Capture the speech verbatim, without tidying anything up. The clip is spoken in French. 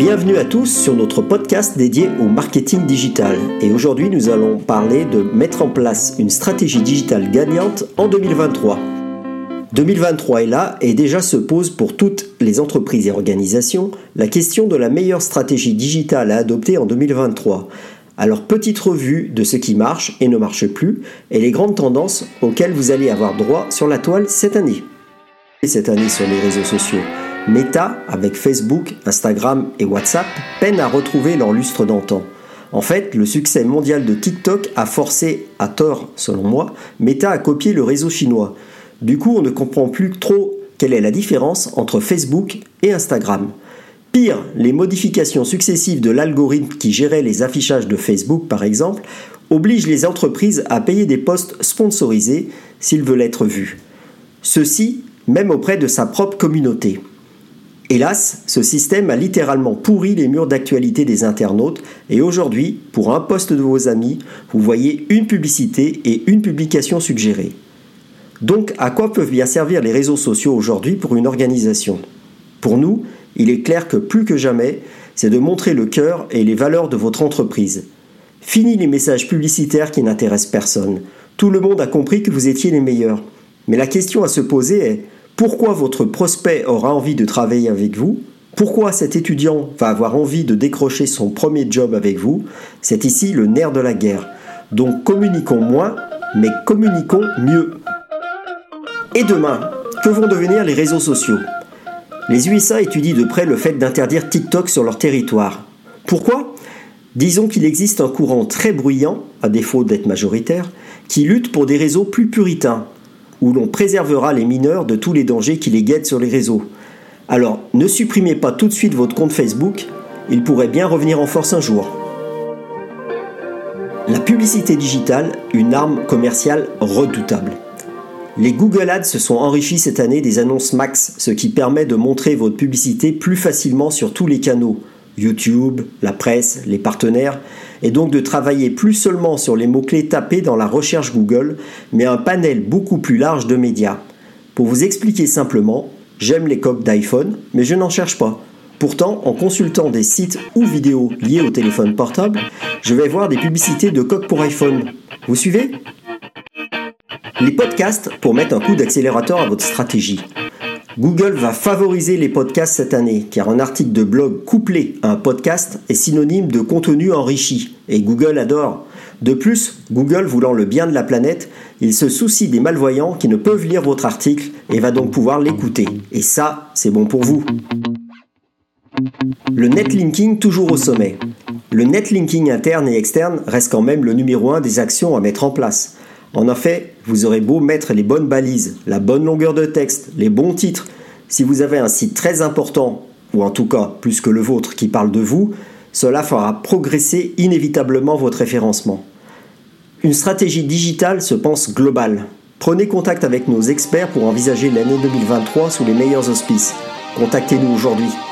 Bienvenue à tous sur notre podcast dédié au marketing digital. Et aujourd'hui, nous allons parler de mettre en place une stratégie digitale gagnante en deux mille vingt-trois. deux mille vingt-trois est là et déjà se pose pour toutes les entreprises et organisations la question de la meilleure stratégie digitale à adopter en deux mille vingt-trois. Alors, petite revue de ce qui marche et ne marche plus et les grandes tendances auxquelles vous allez avoir droit sur la toile cette année. Et cette année sur les réseaux sociaux. Meta, avec Facebook, Instagram et WhatsApp, peine à retrouver leur lustre d'antan. En fait, le succès mondial de TikTok a forcé, à tort selon moi, Meta à copier le réseau chinois. Du coup, on ne comprend plus trop quelle est la différence entre Facebook et Instagram. Pire, les modifications successives de l'algorithme qui gérait les affichages de Facebook, par exemple, obligent les entreprises à payer des posts sponsorisés s'ils veulent être vus. Ceci, même auprès de sa propre communauté. Hélas, ce système a littéralement pourri les murs d'actualité des internautes et aujourd'hui, pour un post de vos amis, vous voyez une publicité et une publication suggérée. Donc, à quoi peuvent bien servir les réseaux sociaux aujourd'hui pour une organisation ? Pour nous, il est clair que plus que jamais, c'est de montrer le cœur et les valeurs de votre entreprise. Fini les messages publicitaires qui n'intéressent personne. Tout le monde a compris que vous étiez les meilleurs. Mais la question à se poser est: pourquoi votre prospect aura envie de travailler avec vous ? Pourquoi cet étudiant va avoir envie de décrocher son premier job avec vous ? C'est ici le nerf de la guerre. Donc communiquons moins, mais communiquons mieux. Et demain, que vont devenir les réseaux sociaux ? Les U S A étudient de près le fait d'interdire TikTok sur leur territoire. Pourquoi ? Disons qu'il existe un courant très bruyant, à défaut d'être majoritaire, qui lutte pour des réseaux plus puritains, où l'on préservera les mineurs de tous les dangers qui les guettent sur les réseaux. Alors, ne supprimez pas tout de suite votre compte Facebook, il pourrait bien revenir en force un jour. La publicité digitale, une arme commerciale redoutable. Les Google Ads se sont enrichis cette année des annonces Max, ce qui permet de montrer votre publicité plus facilement sur tous les canaux, YouTube, la presse, les partenaires, et donc de travailler plus seulement sur les mots-clés tapés dans la recherche Google, mais un panel beaucoup plus large de médias. Pour vous expliquer simplement, j'aime les coques d'iPhone, mais je n'en cherche pas. Pourtant, en consultant des sites ou vidéos liés au téléphone portable, je vais voir des publicités de coques pour iPhone. Vous suivez ? Les podcasts pour mettre un coup d'accélérateur à votre stratégie. Google va favoriser les podcasts cette année, car un article de blog couplé à un podcast est synonyme de contenu enrichi, et Google adore. De plus, Google voulant le bien de la planète, il se soucie des malvoyants qui ne peuvent lire votre article et va donc pouvoir l'écouter. Et ça, c'est bon pour vous. Le netlinking toujours au sommet. Le netlinking interne et externe reste quand même le numéro un des actions à mettre en place. En effet, vous aurez beau mettre les bonnes balises, la bonne longueur de texte, les bons titres. Si vous avez un site très important, ou en tout cas plus que le vôtre qui parle de vous, cela fera progresser inévitablement votre référencement. Une stratégie digitale se pense globale. Prenez contact avec nos experts pour envisager l'année deux mille vingt-trois sous les meilleurs auspices. Contactez-nous aujourd'hui.